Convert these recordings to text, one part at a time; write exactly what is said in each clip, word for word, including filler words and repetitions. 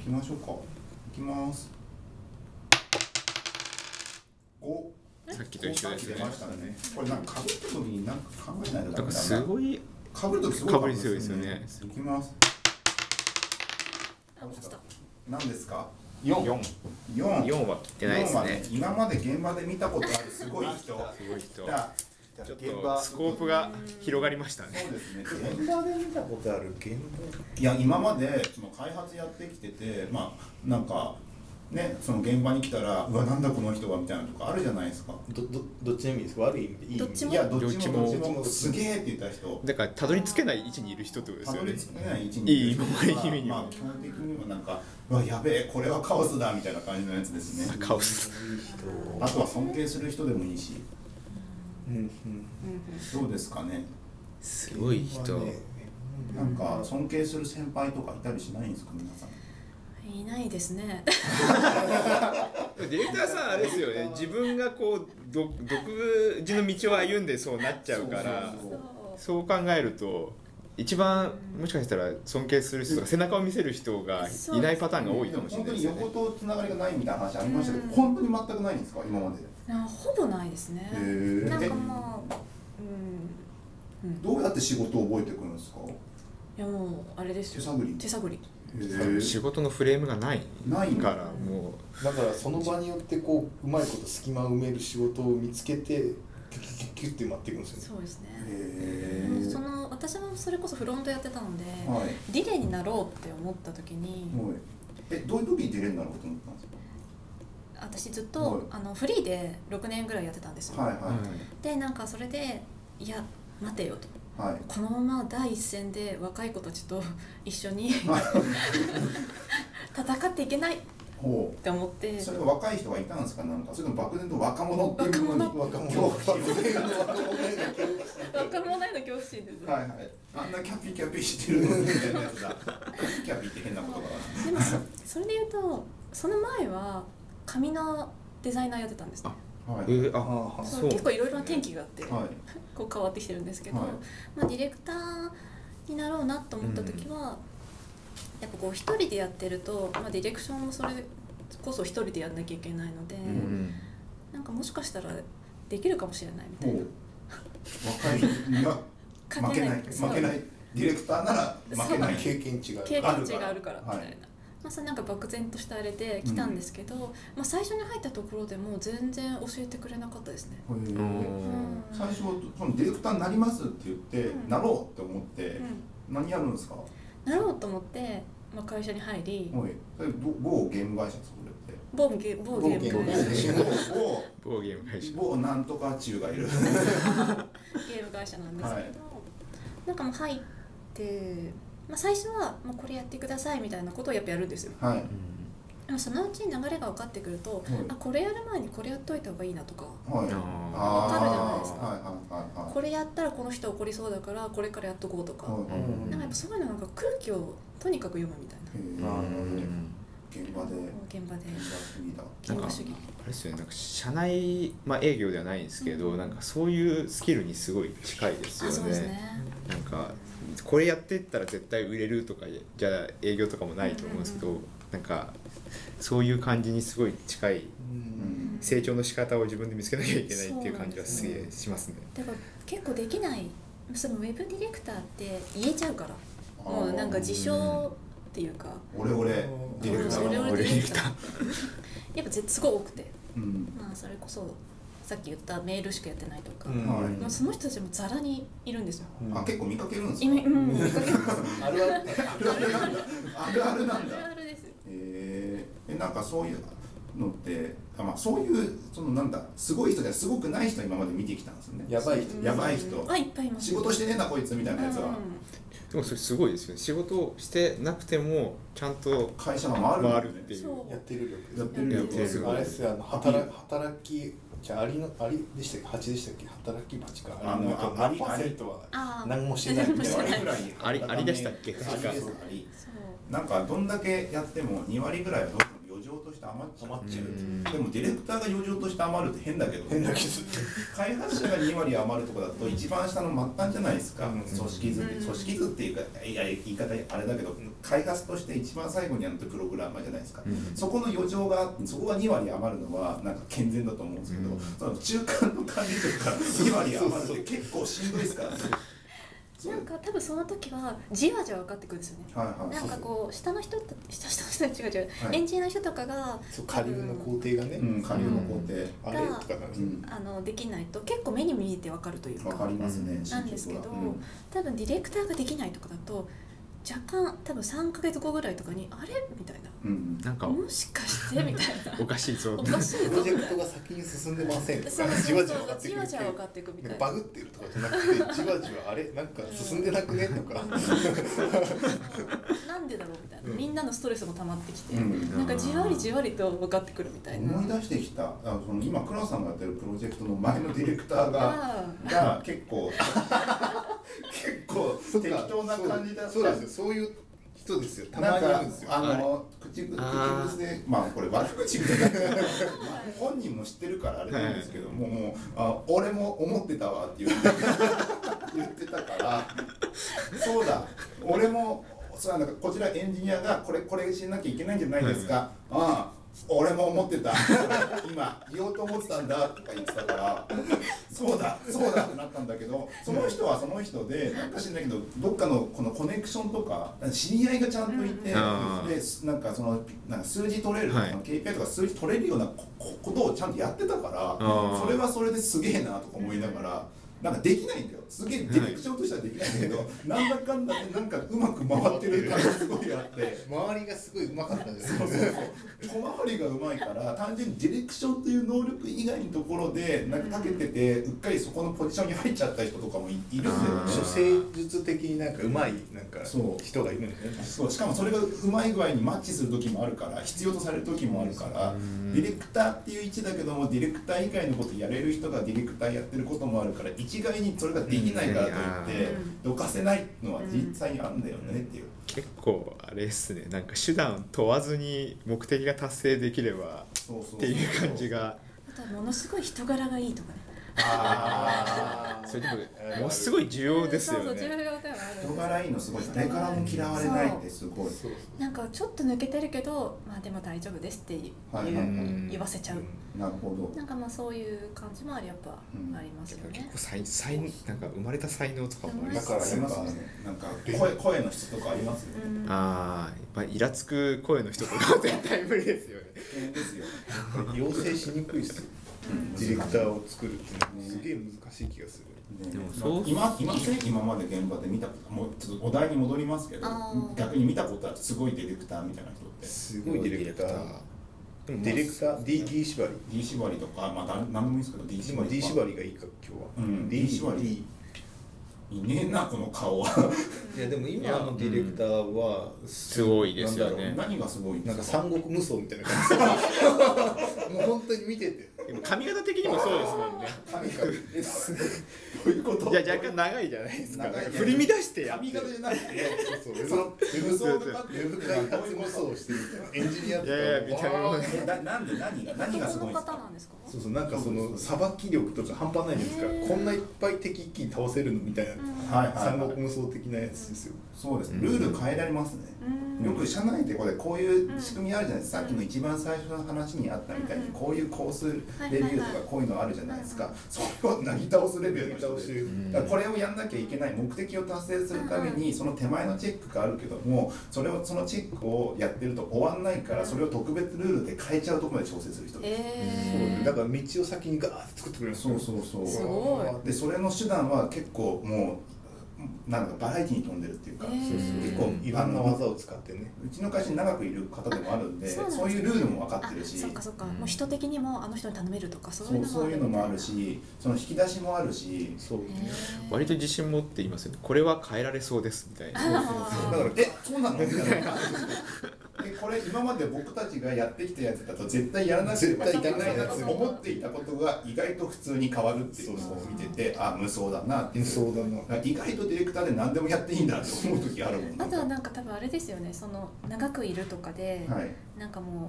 きましょうか。いきます。ご。 さっきと一緒ですね。 出ましたね。これなんか被った時になんか考えないとダメだな。 すごい被る時すごい被り強いですよね。 いきます。 あ、落ちた。 何ですか？ よん。よん。 よん。 よんは切ってないですね。 今まで現場で見たことあるすごい人。 すごい人。ちょっ現場とスコープが広がりましたね。 そうですね。 現場で見たことある現場。 いや今までその開発やってきてて、まあなんかねその現場に来たらうわなんだこの人はみたいなとかあるじゃないですか。 どどどっちの意味ですか？悪い意味でいい意味で。 どっちもいやどっちもどっちどっちもすげえって言った人。 だからたどり着けない位置にいる人ってことですよね。 たどり着けない位置にいる人いい意味にもまあ基本的にはなんかうわやべえこれはカオスだみたいな感じのやつですね。 カオス。 あとは尊敬する人でもいいし。 うんうんどうですかね。 すごい人。 なんか尊敬する先輩とかいたりしないんですか皆さん。 いないですね。 ディレクターさんあれですよね。自分がこう独独自の道を歩んでそうなっちゃうからそうそうそうそう考えると一番もしかしたら尊敬する人とか背中を見せる人がいないパターンが多いかもしれないですよね。 本当に横とつながりがないみたいな話ありましたけど、 うん本当に全くないんですか今まで。 なほぼないですね。 へーなんかまあ、うん、うん、 どうやって仕事を覚えてくるんですか。 いやもうあれですよ。 手探り手探り。 へー仕事のフレームがないないんだからもだからその場によってこううまいこと隙間を埋める仕事を見つけてキュッキュッキュッって待っていくんですよね。 そうですね。 へーその私はそれこそフロントやってたので、 はいリレーになろうって思った時に、 はいえどういう時に出れるんだろうと思ったんです私ずっと、 はいあのフリーでろくねんぐらいやってたんですよ。 か。はいはでなんかそれでいや待てよと。 いはいこのまま第一線で若い子たちと一緒に戦っていけないっほて思ってう。それは若い人がいたんですかなんかそれとも漠然と若者っていうものに若者恐怖心若者への恐怖心です、 はいはいあんなキャピキャピしてるみたいなやつだキャピって変な言葉だな。 でもそそれで言うとその前は紙のデザイナーやってたんですね。 はいえー、 ああそうそう結構いろいろな転機があって、 はいこう変わってきてるんですけど、 はいまあ、ディレクターになろうなと思った時は、やっぱこう一人でやってると、まあ、ディレクションもそれこそ一人でやんなきゃいけないので、 うんなんかもしかしたらできるかもしれないみたいな。 ほう若いには負けない負けないディレクターなら負けない経験値がある経験値があるからみたいな、 はいまあ、それなんか漠然としたあれで来たんですけど、まあ、最初に入ったところでもう全然教えてくれなかったですね。 へーうん最初そのディレクターになりますって言って、 うんなろうって思って、 うん何やるんですか。 なろうと思って、まあ、会社に入りはいそれど某ゲーム会社ですかそれって某ゲ某ゲーム会社某ゲーム某某ゲーム会社某なんとか中がいるゲーム会社なんですけど、 はいなんかもう入って、まあ、最初はもうこれやってくださいみたいなことをやっぱやるんですよ。 はいでもそのうちに流れが分かってくると、 いあこれやる前にこれやっといた方がいいなとか、 はいあーわかるじゃないですかはいはいはいはいこれやったらこの人怒りそうだからこれからやっとこうとか、 はいうんなんかやっぱそういうのなんか空気をとにかく読むみたいな、 へーあーなるほど現場で現場で現場主義だ現場主義。 あれですよね、なんか社内、まあ、営業ではないんですけど、 うんなんかそういうスキルにすごい近いですよあそうですね。 ね。 なんかこれやってったら絶対売れるとかじゃあ営業とかもないと思うんですけど、 うんなんかそういう感じにすごい近いうん成長の仕方を自分で見つけなきゃいけないっていう感じはすげえしますね。 だから結構できないそのウェブディレクターって言えちゃうからもうなんか自称っていうか俺俺ディレクタそれー俺ディレクターやっぱ絶すごい多くて、 うんまあそれこそさっき言ったメールしかやってないとか、 うんはいまあ、その人たちもザラにいるんですよ。 あ結構見かけるんですか意味うん見かけますあるあるあるあるなんだあるあるなんだあるあるですよ。 えー、えなんかそういうのってあ、まあ、そういうそのなんだすごい人じゃすごくない人は今まで見てきたんですよねやばい人やばい人あいっぱいいます。 仕事してねえなこいつみたいなやつは、 でもそれすごいですよね。仕事をしてなくてもちゃんと会社が回るんだよね回るっていう。 そうやってる力やってるやってる力あれですよあの働働きじゃあアリのアリでしたっけハチでしたっけ働き蜂かああれなんかあアリ何パーセントはあー何もしてないみたいな何もしてないぐらいありありでしたっけありですありそうなんかどんだけやってもに割ぐらいはどうしても余剰としたして余っちゃう余っちゃううんでもディレクターが余剰として余るって変だけど変だけど開発者がに割余るとこだと一番下の末端じゃないですか、 うん組織図ってうん組織図っていうかいや言い方あれだけど開発として一番最後にやるとプログラマーじゃないですか、 うんそこの余剰があってそこがに割余るのはなんか健全だと思うんですけど、 うんその中間の管理とかに割余るって結構しんどいですからねなんか多分その時はじわじわ分かってくるんですよね。 はいはいなんかこう下の人と下下の人違う違う、 はいエンジニアの人とかがそう下流の工程がね、 うん下流の工程、 あれとかなんですよ、 うんあのできないと結構目に見えて分かるというかわかりますね、 なんですけど、 進捗はうん多分ディレクターができないとかだと若干多分さんかげつごぐらいとかにあれみたいな、 うんなんかもしかしてみたいなおかしいぞおかしいぞプロジェみたいなクトが先に進んでませんとかそうそうそうじわじわ分かってくるじわじわ分かっていくみたいなバグってるとかじゃなくてじわじわあれなんか進んでなくねとかなんでだろうみたいな、 うんみんなのストレスも溜まってきて、 うんなんかじわりじわりと分かってくるみたいな。 思い出してきたあその今倉さんがやってるプロジェクトの前のディレクターがあが結構結構そっか適当な感じだったそうですよそういう人ですよたまなんかにいるんですよあの口口あー癖でまあこれ悪口みたいな本人も知ってるからあれなんですけども、もうあ俺も思ってたわって言って言ってたからそうだ俺もそうなんかこちらエンジニアがこれこれしなきゃいけないんじゃないですか、ああ俺も思ってた今言おうと思ってたんだとか言ってたからそうだそうだってなったんだけどその人はその人でなんか知んないけどどっかのこのコネクションとか知り合いがちゃんといて、 うんでなんかそのなんか数字取れる、 はいその ケーピーアイ とか数字取れるようなここことをちゃんとやってたからうんそれはそれですげえなとか思いながら。なんかできないんだよすげえディレクションとしてはできないんだけど、なんだかんだでなんかうまく回ってる感じがすごいあって周りがすごいうまかったんじゃないそうそうそう小回りがうまいから単純にディレクションという能力以外のところでなんかかけててうっかりそこのポジションに入っちゃった人とかもいいるんだよね処世術的になんかうまいなんかそう人がいるんですねそうしかもそれがうまい具合にマッチする時もあるから必要とされる時もあるからディレクターっていう位置だけどもディレクター以外のことやれる人がディレクターやってることもあるから一概にそれができないからといってうんどかせないのは実際にあるんだよねっていう。 結構あれですねなんか手段問わずに目的が達成できればそうそうそうっていう感じがあとはものすごい人柄がいいとかね。 あーそれでもものすごい重要ですよそうそう重要ねではある。 人柄いいのすごい誰からも嫌われないってすごい。 そうなんかちょっと抜けてるけど、まあでも大丈夫ですって言う、 はいはいはい言わせちゃう。 なるほど。 なんかまあそういう感じもありやっぱありますよね結構。才才なんか生まれた才能とかもありますだからありますね。なんか声声の質とかありますよね。 うんああやっぱイラつく声の人とかは絶対無理ですよね危険ですよ。 養成しにくいですようんディレクターを作るっていうのはすげえ難しい気がするねでもそう今今ね今まで現場で見たこともうちょっとお題に戻りますけどあー逆に見たことあるすごいディレクターみたいな人ってすごいディレクターでもディレクター D, D 縛り D 縛りとかまあ誰何でもいいですけど D 縛今り D とか縛りがいいか今日は、 うん D D 縛り D いねえなこの顔はいやでも今のディレクターはすごいですよねなんだろ何がすごいんうなんかですか三国無双みたいな感じもう本当に見ててでも髪型的にもそうですもんね髪型えどういうこといや若干長いじゃないですか長い振り乱してやって髪型じゃなくてそうそうそのウェブ無双とかってウェブ開発無双をしてるみたいなエンジニアとかいやいや見た目もねえななんで何が何がすごいんですかどこの方なんですか？ そうそうなんかそのさばき力とか半端ないですからへーこんないっぱい敵一気に倒せるのみたいなはいはい三はい国無双的なやつですよそうですうんルール変えられますねうんよく社内でこれこういう仕組みあるじゃないですか、さっきの一番最初の話にあったみたいにうんこういうコースレビューとかこういうのあるじゃないですか、 うんそれをなぎ倒すレベルの人で倒してるんだからこれをやんなきゃいけない目的を達成するためにその手前のチェックがあるけどもそれをそのチェックをやってると終わんないからそれを特別ルールで変えちゃうところまで調整する人です、 えだから道を先にガーッて作ってくれるんですよそうそうそうすごいでそれの手段は結構もうなんかバラエティに飛んでるっていうか、 へーそうそう結構いろんな技を使ってねうちの会社に長くいる方でもあるんでそうなんですねそういうルールも分かってるしあそっかそっか、もう人的にもあの人に頼めるとかそういうのもそうそういうのもあるしその引き出しもあるしそうへー割と自信持って言いますよねこれは変えられそうですみたいなあーだからえそうなのみたいなえこれ今まで僕たちがやってきたやつだと絶対やらなければいけないなと思っていたことが意外と普通に変わるっていうのを見ててあ無双だなっていう無双だなだから意外とディレクターで何でもやっていいんだと思う時あるもんあとはなんか多分あれですよねその長くいるとかで、 はいなんかもう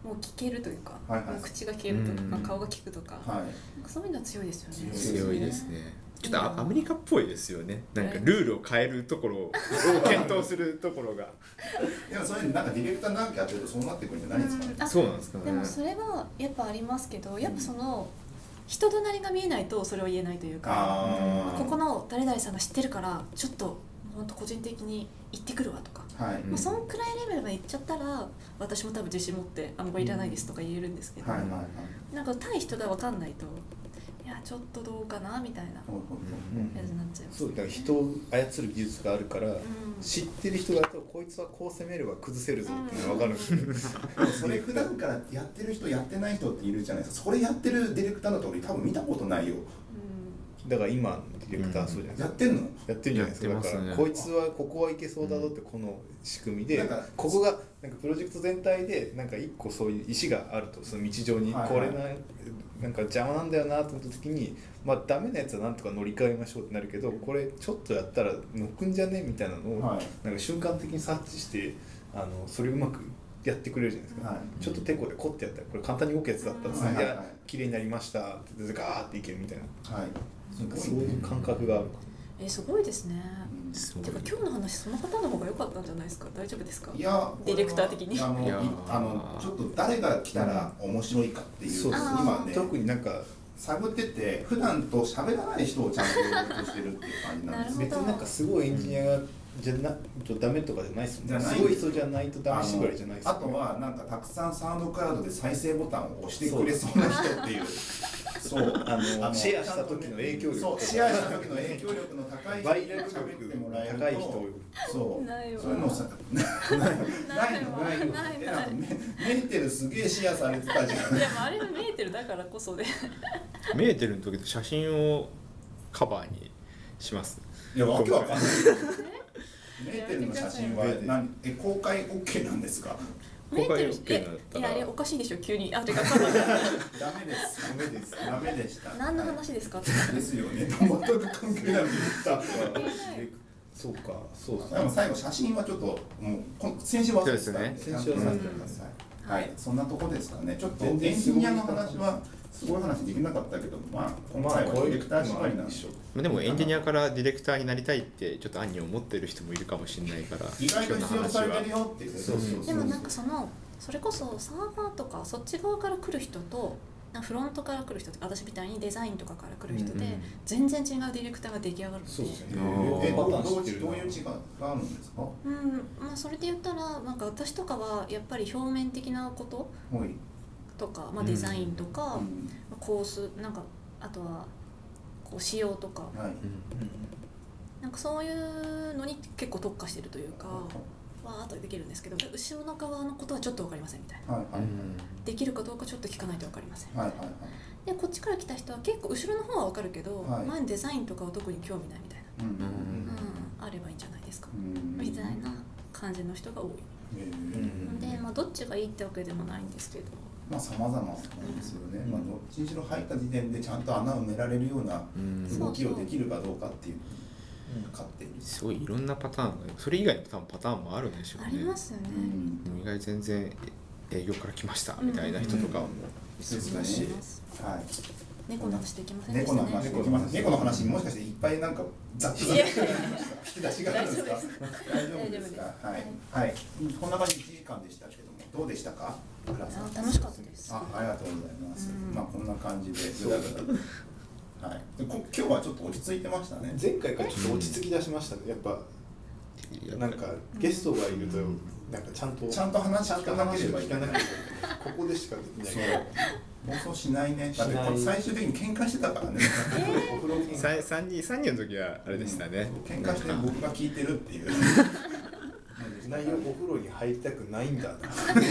もう聞けるというか、 はいはいもう口が聞けるとか、 うん顔が聞くとか、 はい。 なんかそういうのは強いですよね。 強いですね。ちょっとアアメリカっぽいですよね。なんかはいルールを変えるところを検討するところが。 でもそれなんかディレクターなんかやってるとそうなってくるんじゃないですかね。 うんあそうなんですかね。 でもそれはやっぱありますけど、やっぱその人となりが見えないとそれを言えないというか、 あーここの誰々さんが知ってるからちょっと本当個人的に行ってくるわとか、 はい。 うんまあ、そんくらいレベルまで行っちゃったら私も多分自信持ってあんまいらないですとか言えるんですけど、 はいはいはい。 なんか対人が分かんないといやちょっとどうかなみたいなほうほうほうやつになっちゃいます。 そうだから人を操る技術があるから、 うん知ってる人だとこいつはこう攻めれば崩せるぞっていうのが分かるんですよ、 それ普段からやってる人やってない人っているじゃないですか。それやってるディレクターだと俺多分見たことないよ。 だから今のディレクターはそうじゃないですか、 やってんの？ やってるじゃないですか。だかやってますねらこいつはここはいけそうだぞってこの仕組みで、 なんかここがなんかプロジェクト全体でなんか一個そういう石があると、その道上にはいはいこれななんか邪魔なんだよなと思った時に、まあダメなやつはなんとか乗り換えましょうってなるけど、これちょっとやったら乗くんじゃねみたいなのをはいなんか瞬間的に察知してあのそれをうまくやってくれるじゃないですか、 はいちょっとテコでコッてやったらこれ簡単に動くやつだったんですね、 はいはいはいいや綺麗になりましたってガーっていけるみたいな、 はい。 なんかそういう感覚がある。 えすごいですね。 うんすごいてか今日の話その方の方が良かったんじゃないですか。大丈夫ですか。 いやディレクター的にあのいいやーあのちょっと誰が来たら面白いかっていう、 そうですあー今ね特になんか探ってて普段と喋らない人をちゃんと呼ぼうとしてるっていう感じなんですよ。 別になんかすごいエンジニアがじゃなとダメとかじゃないですもんね。 じゃないすごい人じゃないとダメしぐらいじゃないですあのあとはなんかたくさんサウンドクラウドで再生ボタンを押してくれそうな人っていう。そうあのシェアした時の影響力そうシェアした時の影響力の高い人にバイラル喋ってもらえると高い人そうないわそういうのをさないないのないのないえなんかメメーテルすげえシェアされてたじゃん。 でもあれは見えてるだからこそで。 メーテルの時と写真をカバーにします。 いやわけわかんない。メーテルの写真は何え公開 OK なんですか？ 見えてる公開 OK だったらいやあれおかしいでしょ急にあてかカバーダメです。ダメです。ダメでした。 何の話ですかって。 ですよね。全く関係ないこと言った。 そうかそうですでも最後写真はちょっともうこん先週忘れてたんで、 そうですちゃんとさせてください。はい、そんなとこですかね。ちょっとエ全然ンジニアの話はすごい話できなかったけど、まあ今回はディレクター縛りなんでしょう。 でもエンジニアからディレクターになりたいってちょっと暗に思ってる人もいるかもしれないから、 意外と必要されてるよっていう。 そうそうそうでもなんかそのそれこそサーバーとかそっち側から来る人となんかフロントから来る人とか私みたいにデザインとかから来る人で、 うん全然違うディレクターが出来上がるので。 そうですよねえどうパターンどう知ってるどういう違いがあるんですか？ うんまあ、それで言ったらなんか私とかはやっぱり表面的なことはい。 とか、まあ、デザインとか、 うんコースなんかあとはこう仕様とかはい。 なんかそういうのに結構特化してるというかわーっとできるんですけど後ろの側のことはちょっと分かりませんみたいなはいはいできるかどうかちょっと聞かないと分かりませんはいはいはい。 でこっちから来た人は結構後ろの方は分かるけど、 はい前のデザインとかは特に興味ないみたいな、 うんうんうん、あればいいんじゃないですか、 うんみたいな感じの人が多い、 えーうんで、まあ、どっちがいいってわけでもないんですけどまあ様々なんですよね。 うんまあどっちにしろ入った時点でちゃんと穴を埋められるようなうん動きをできるかどうかっていう勝手に。 すごいいろんなパターンがそれ以外の多分パターンもあるんでしょうね。 ありますよね、 うんでも意外全然営業から来ましたみたいな人とかもいそうだし、 うんはい。 猫の話できませんでし猫たねの話できます。猫の話もしかしていっぱいなんか雑雑いや引き出しがあるんですか？大丈夫ですか？はいはい。こんな感じでいちじかんでしたけどもどうでしたか？倉さんあ楽しかったですあ、ありがとうございます。 うんまあこんな感じでぐだぐだ。はい。でこ今日はちょっと落ち着いてましたね。 前回からちょっと落ち着き出しましたね。やっぱなんかゲストがいるとなんかちゃんとちゃんと話ちゃんと聞かなけ話をればいけない聞かなければいけない。ここでしかできそうない。 放送しないね。だってこれ最終的に喧嘩してたからね。お風呂喧嘩さ三人三人の時はあれでしたね。 喧嘩して僕が聞いてるっていう。 内容お風呂に入りたくないんだな。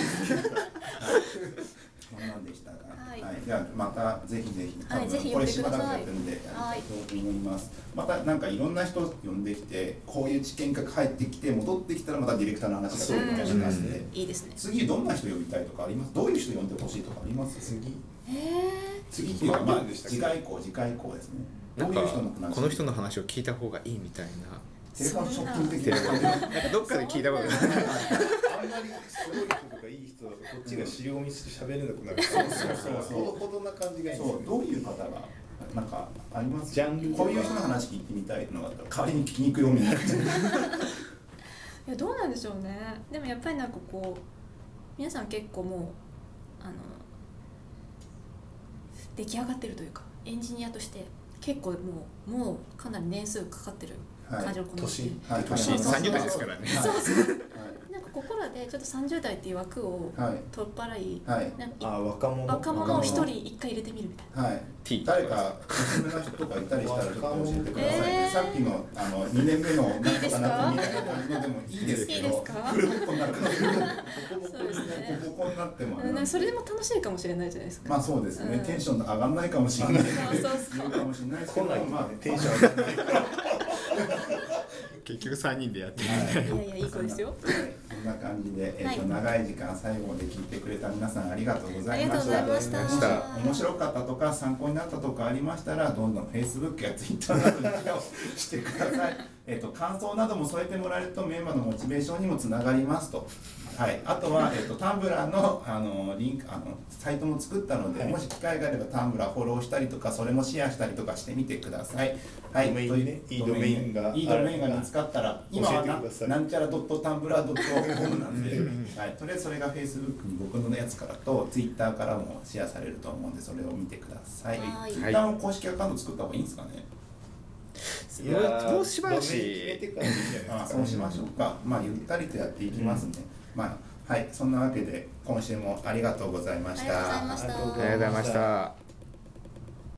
そんなんでしたが、 はいじゃあまたぜひぜひ、 はいぜひこれ呼んでくださいしばらくやるんでやりたいと思います。またなんかいろんな人呼んできて、こういう知見が返ってきて戻ってきたらまたディレクターの話がするみたいな感じで、 いいですね次どんな人呼びたいとかあります？どういう人呼んでほしいとかあります？次へえ次っていうかまあ決まってるんでしたっけ次回以降次回以降ですね。どなかうんいう人の話？ この人の話を聞いた方がいいみたいな。 テレフォンショッキング的な。 なんかどっかで聞いたことがある。 あんまりすごい人とかいい人だとっちが尻込みして喋れなくなるそうそうそうほどほどな感じがいいんですよそうどういう方がなんかありますジャンルこういう人の話聞いてみたいのがあったら代わりに聞きに行くよみたいな。 いやどうなんでしょうね。でもやっぱりなんかこう皆さん結構もうあの出来上がってるというかエンジニアとして結構もうもうかなり年数かかってる感じの子なんで、 年はい年さんじゅう代ですからね。 そうそうはいなんかここらでちょっとさんじゅう代っていう枠をはい取っ払い、 はいなんかいあ若者若者を一人一回入れてみるみたいな。 はい T 誰かおすすめの人とかいたりしたらちょっと教えてください、 えーさっきのあのにねんめのなんとかなってみたいな感じのでもいいですけいいでどすかフルボッコになるかもしれないそうですね。 ボコボコになってもあれうんなんでそれでも楽しいかもしれないじゃないですか。 まあそうですね、 うんテンション上がんないかもしれないそうそうそう言うかもしれないですけど来ないとまあねテンション上がらないから結局さんにんでやってるみたいな。 いやいやいい子ですよ。 はい、こんな感じで、えーとはい長い時間最後まで聞いてくれた皆さんありがとうござありがとういました。 ございました。 もし面白かったとか参考になったとかありましたらどんどん Facebook や Twitter などにシェアをしてください。えっと感想なども添えてもらえるとメンバーのモチベーションにもつながりますと。はい、あとは、えっとタンブラーのあのリンクあのサイトも作ったので、 はいもし機会があればタンブラーフォローしたりとかそれもシェアしたりとかしてみてください。はい、 ドメインねいいドメインがいいドメインが見つかったら今は教えてなくださいなんちゃらドットタンブラードットコムなんで、はい、とりあえずそれが Facebook に僕のやつからと Twitter からもシェアされると思うんでそれを見てください。 はい Twitter も公式アカウント作った方がいいんですかね。 いやーもうしばらくドメイン決めてからいいんじゃないですかあそうしましょうか。まあゆったりとやっていきますね。まあはい、そんなわけで今週もありがとうございました。 ありがとうございましたありがとうありがとうございました。